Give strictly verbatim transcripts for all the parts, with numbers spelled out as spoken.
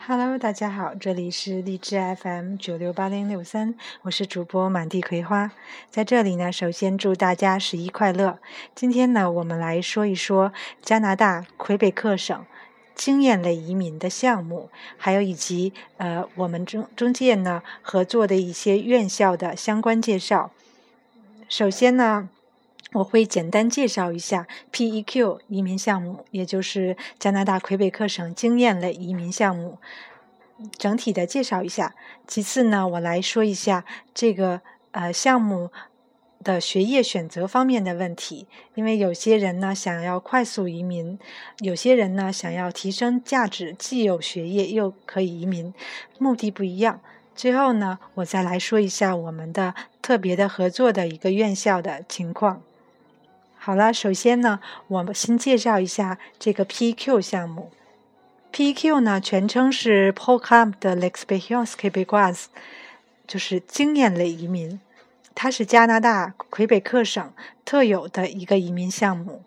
Hello， 大家好，这里是荔枝 F M 九六八零六三，我是主播满地葵花。在这里呢，首先祝大家十一快乐。今天呢，我们来说一说加拿大魁北克省经验类移民的项目，还有以及呃我们中中介呢合作的一些院校的相关介绍。首先呢，我会简单介绍一下 P E Q 移民项目，也就是加拿大魁北克省经验类移民项目，整体的介绍一下。其次呢，我来说一下这个呃项目的学业选择方面的问题，因为有些人呢想要快速移民，有些人呢想要提升价值，既有学业又可以移民，目的不一样。最后呢，我再来说一下我们的特别的合作的一个院校的情况。好了，首先呢，我们先介绍一下这个 P E Q 项目。P E Q 呢，全称是 Programme de l'expérience québécoise， 就是经验类移民。它是加拿大魁北克省特有的一个移民项目。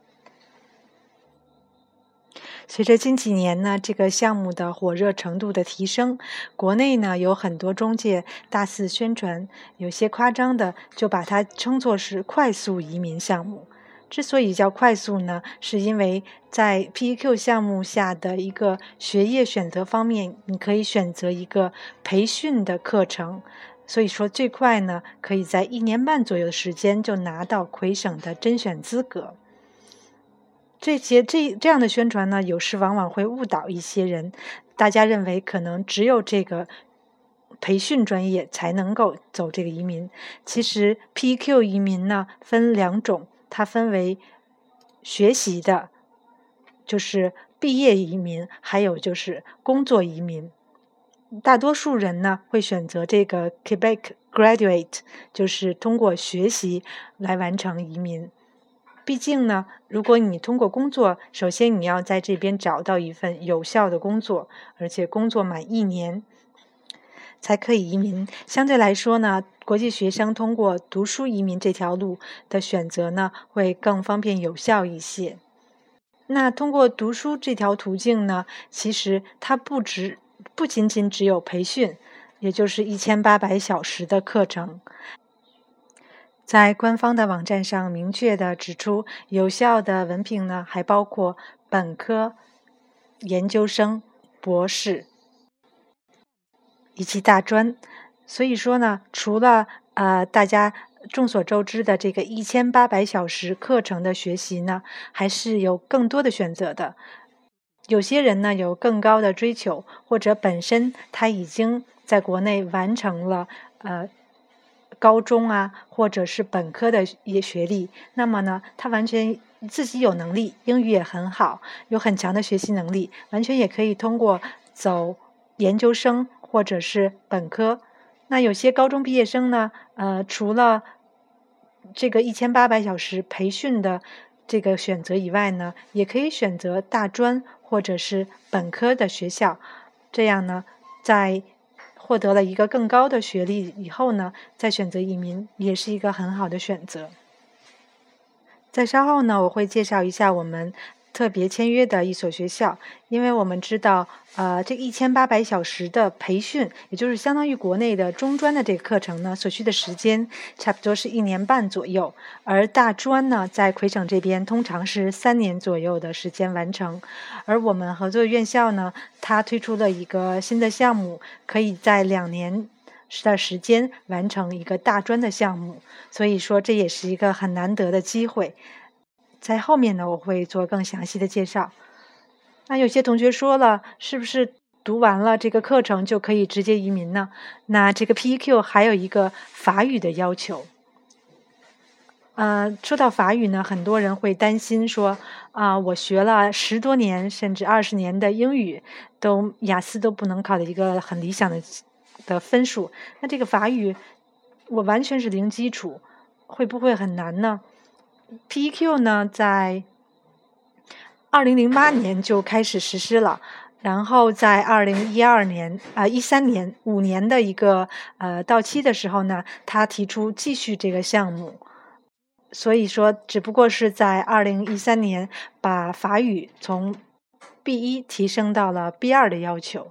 随着近几年呢，这个项目的火热程度的提升，国内呢有很多中介大肆宣传，有些夸张的就把它称作是快速移民项目。之所以叫快速呢，是因为在 P E Q 项目下的一个学业选择方面，你可以选择一个培训的课程，所以说最快呢，可以在一年半左右的时间就拿到魁省的甄选资格。这些这这样的宣传呢，有时往往会误导一些人，大家认为可能只有这个培训专业才能够走这个移民。其实 P E Q 移民呢分两种，它分为学习的，就是毕业移民，还有就是工作移民。大多数人呢会选择这个 Quebec Graduate， 就是通过学习来完成移民。毕竟呢，如果你通过工作，首先你要在这边找到一份有效的工作，而且工作满一年才可以移民。相对来说呢，国际学生通过读书移民这条路的选择呢，会更方便有效一些。那通过读书这条途径呢，其实它不只不仅仅只有培训，也就是一千八百小时的课程。在官方的网站上明确地指出，有效的文凭呢，还包括本科、研究生、博士以及大专。所以说呢，除了呃大家众所周知的这个一千八百小时课程的学习呢，还是有更多的选择的。有些人呢有更高的追求，或者本身他已经在国内完成了呃高中啊，或者是本科的一些学历，那么呢，他完全自己有能力，英语也很好，有很强的学习能力，完全也可以通过走研究生或者是本科。那有些高中毕业生呢，呃，除了这个一千八百小时培训的这个选择以外呢，也可以选择大专或者是本科的学校。这样呢，在获得了一个更高的学历以后呢，再选择移民也是一个很好的选择。在稍后呢，我会介绍一下我们特别签约的一所学校，因为我们知道，呃，这一千八百小时的培训，也就是相当于国内的中专的这个课程呢，所需的时间差不多是一年半左右，而大专呢，在魁省这边通常是三年左右的时间完成。而我们合作院校呢，它推出了一个新的项目，可以在两年的时间完成一个大专的项目，所以说这也是一个很难得的机会。在后面呢，我会做更详细的介绍。那有些同学说了，是不是读完了这个课程就可以直接移民呢？那这个 P E Q 还有一个法语的要求。呃，说到法语呢，很多人会担心说，啊、我学了十多年甚至二十年的英语，都雅思都不能考的一个很理想的的分数，那这个法语我完全是零基础，会不会很难呢？P E Q 呢，在二零零八年就开始实施了，然后在二零一二年啊一三年五年的一个呃到期的时候呢，他提出继续这个项目，所以说只不过是在二零一三年把法语从 B 一提升到了 B 二的要求。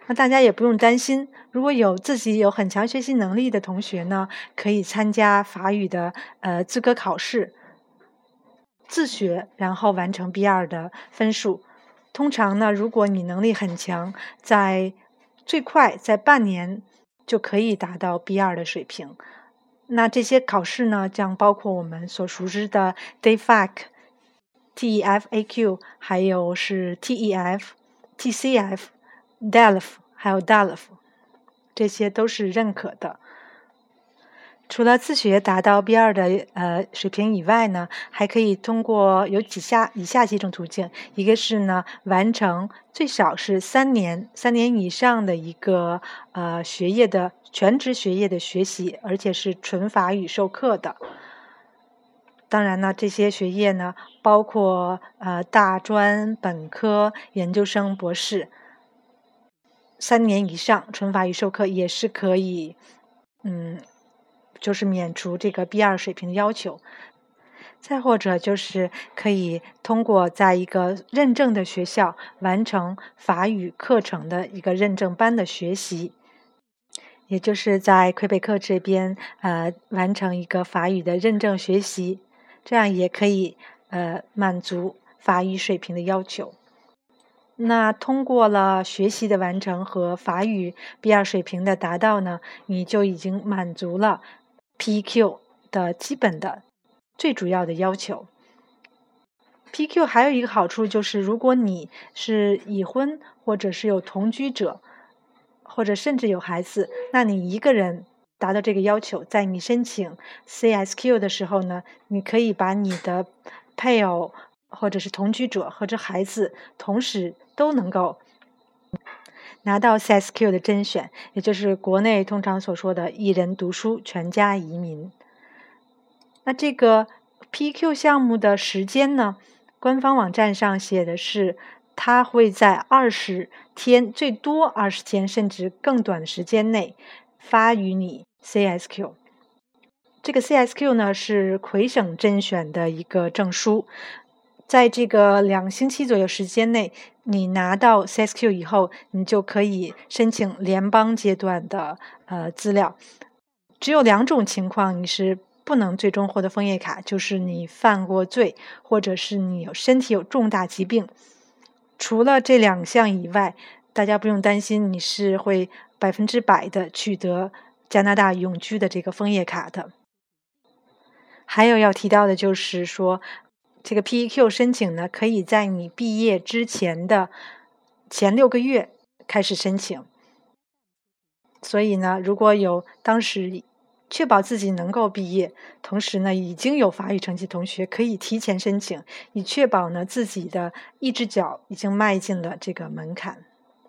那大家也不用担心，如果有自己有很强学习能力的同学呢，可以参加法语的呃资格考试，自学，然后完成 B 二 的分数。通常呢，如果你能力很强，在最快在半年就可以达到 B 二 的水平。那这些考试呢，将包括我们所熟知的 D E F A C、T E F A Q， 还有是 T E F、T C F、D E L F， 还有 D A L F， 这些都是认可的。除了自学达到 B 二 的呃水平以外呢，还可以通过有几下以下几种途径，一个是呢完成最少是三年三年以上的一个呃学业的全职学业的学习，而且是纯法语授课的。当然呢，这些学业呢包括呃大专、本科、研究生、博士，三年以上纯法语授课也是可以，嗯。就是免除这个 B 二 水平的要求。再或者就是可以通过在一个认证的学校完成法语课程的一个认证班的学习，也就是在魁北克这边呃完成一个法语的认证学习，这样也可以呃满足法语水平的要求。那通过了学习的完成和法语 B 二 水平的达到呢，你就已经满足了 P E Q 的基本的最主要的要求。P E Q 还有一个好处就是，如果你是已婚或者是有同居者，或者甚至有孩子，那你一个人达到这个要求，在你申请 C S Q 的时候呢，你可以把你的配偶或者是同居者或者孩子同时都能够拿到 C S Q 的甄选，也就是国内通常所说的一人读书全家移民。那这个 P E Q 项目的时间呢，官方网站上写的是它会在二十天，最多二十天甚至更短的时间内发予你 C S Q。 这个 C S Q 呢是魁省甄选的一个证书，在这个两星期左右时间内，你拿到 C S Q 以后，你就可以申请联邦阶段的呃资料。只有两种情况你是不能最终获得枫叶卡，就是你犯过罪，或者是你有身体有重大疾病。除了这两项以外，大家不用担心你是会百分之百的取得加拿大永居的这个枫叶卡的。还有要提到的就是说，这个 P E Q 申请呢，可以在你毕业之前的前六个月开始申请。所以呢，如果有当时确保自己能够毕业，同时呢已经有法语成绩同学可以提前申请，以确保呢自己的一只脚已经迈进了这个门槛。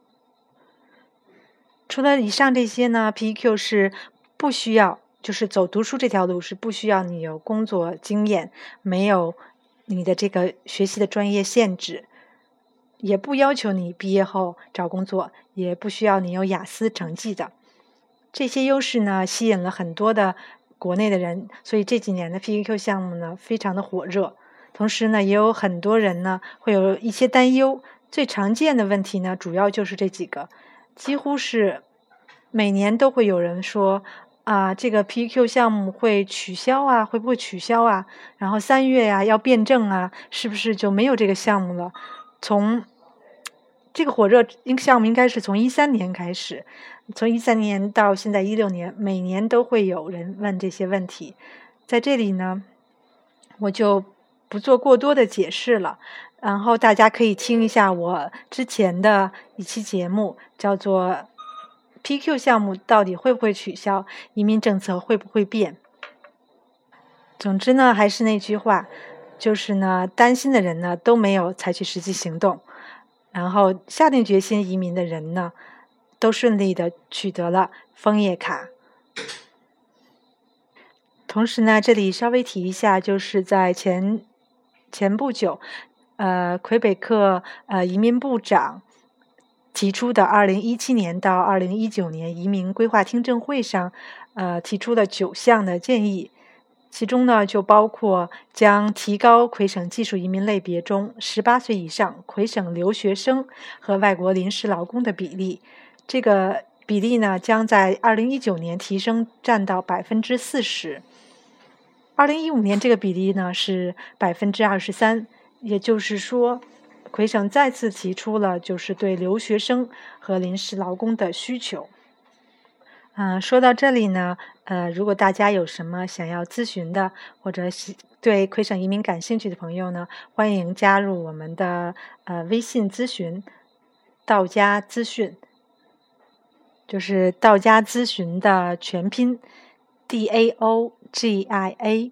除了以上这些呢 ，P E Q 是不需要，就是走读书这条路是不需要你有工作经验，没有你的这个学习的专业限制，也不要求你毕业后找工作，也不需要你有雅思成绩的。这些优势呢，吸引了很多的国内的人，所以这几年的 P E Q 项目呢，非常的火热。同时呢，也有很多人呢，会有一些担忧。最常见的问题呢，主要就是这几个，几乎是每年都会有人说啊，这个 P E Q 项目会取消啊，会不会取消啊？然后三月呀、啊、要变证啊，是不是就没有这个项目了？从这个火热项目应该是从一三年开始，从一三年到现在一六年，每年都会有人问这些问题。在这里呢，我就不做过多的解释了，然后大家可以听一下我之前的一期节目，叫做 P E Q 项目到底会不会取消，移民政策会不会变。总之呢，还是那句话，就是呢，担心的人呢都没有采取实际行动，然后下定决心移民的人呢，都顺利的取得了枫叶卡。同时呢，这里稍微提一下，就是在前前不久，呃，魁北克呃移民部长提出的二零一七年到二零一九年移民规划听证会上，呃，提出了九项的建议。其中呢，就包括将提高魁省技术移民类别中十八岁以上魁省留学生和外国临时劳工的比例， 这个比例呢将在二零一九年提升占到百分之四十。二零一五年这个比例呢是百分之二十三，也就是说，魁省再次提出了就是对留学生和临时劳工的需求。嗯、呃，说到这里呢，呃，如果大家有什么想要咨询的，或者是对魁省移民感兴趣的朋友呢，欢迎加入我们的呃微信咨询道家资讯，就是道家咨询的全拼 D A O G I A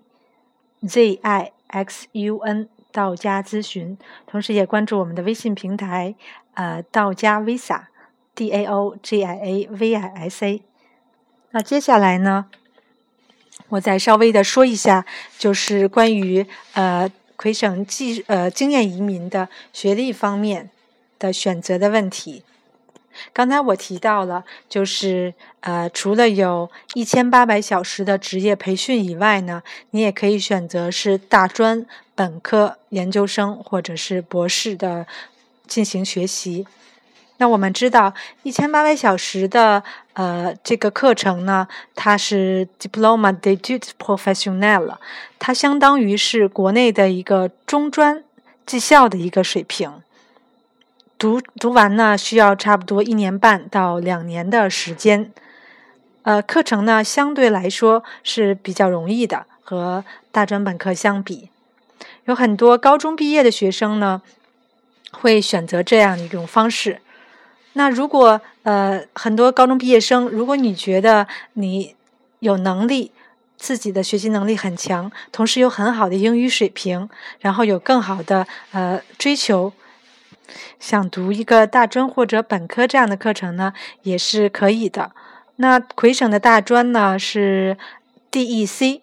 Z I X U N 道家咨询，同时也关注我们的微信平台呃道家 Visa D A O G I A V I S A。 那接下来呢，我再稍微的说一下，就是关于呃魁省技呃经验移民的学历方面的选择的问题。刚才我提到了，就是呃，除了有一千八百小时的职业培训以外呢，你也可以选择是大专、本科、研究生或者是博士的进行学习。那我们知道，一千八百小时的呃这个课程呢，它是 Diploma d'études professionnelles， 它相当于是国内的一个中专技校的一个水平。读读完呢，需要差不多一年半到两年的时间。呃，课程呢相对来说是比较容易的，和大专本科相比，有很多高中毕业的学生呢会选择这样一种方式。那如果呃很多高中毕业生，如果你觉得你有能力，自己的学习能力很强，同时有很好的英语水平，然后有更好的呃追求，想读一个大专或者本科这样的课程呢，也是可以的。那魁省的大专呢是 D E C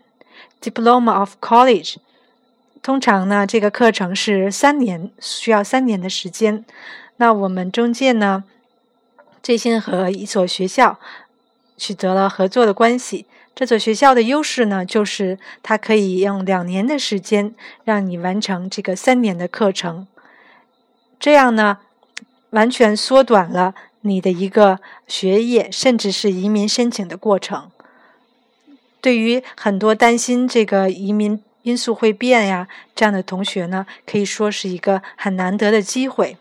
Diploma of College， 通常呢这个课程是三年，需要三年的时间。那我们中介呢最近和一所学校取得了合作的关系，这所学校的优势呢就是它可以用两年的时间让你完成这个三年的课程，这样呢完全缩短了你的一个学业甚至是移民申请的过程。对于很多担心这个移民因素会变呀这样的同学呢，可以说是一个很难得的机会。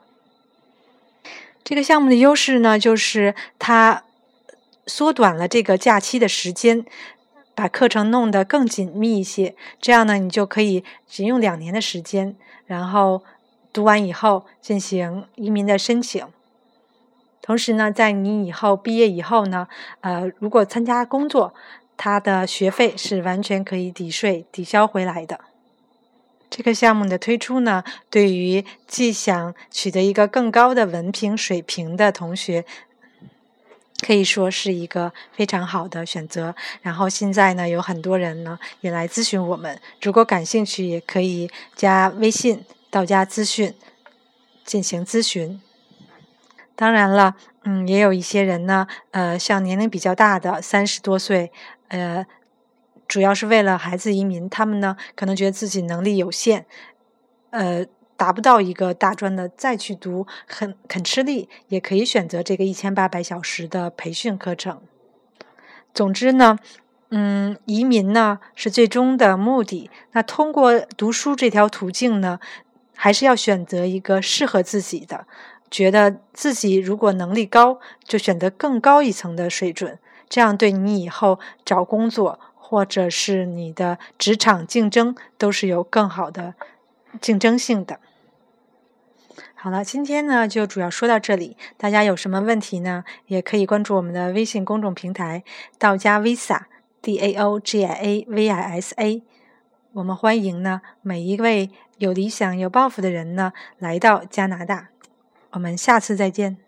这个项目的优势呢，就是它缩短了这个假期的时间，把课程弄得更紧密一些，这样呢你就可以只用两年的时间，然后读完以后进行移民的申请。同时呢，在你以后毕业以后呢，呃，如果参加工作，它的学费是完全可以抵税抵消回来的。这个项目的推出呢，对于既想取得一个更高的文凭水平的同学，可以说是一个非常好的选择。然后现在呢，有很多人呢也来咨询我们，如果感兴趣，也可以加微信道家资讯进行咨询。当然了，嗯，也有一些人呢，呃，像年龄比较大的，三十多岁，呃，主要是为了孩子移民，他们呢可能觉得自己能力有限，呃，达不到一个大专的，再去读很很吃力，也可以选择这个一千八百小时的培训课程。总之呢，嗯，移民呢是最终的目的，那通过读书这条途径呢，还是要选择一个适合自己的。觉得自己如果能力高，就选择更高一层的水准，这样对你以后找工作或者是你的职场竞争都是有更好的竞争性的。好了，今天呢就主要说到这里，大家有什么问题呢，也可以关注我们的微信公众平台道家 Visa D A O G I A V I S A， 我们欢迎呢每一位有理想有抱负的人呢来到加拿大。我们下次再见。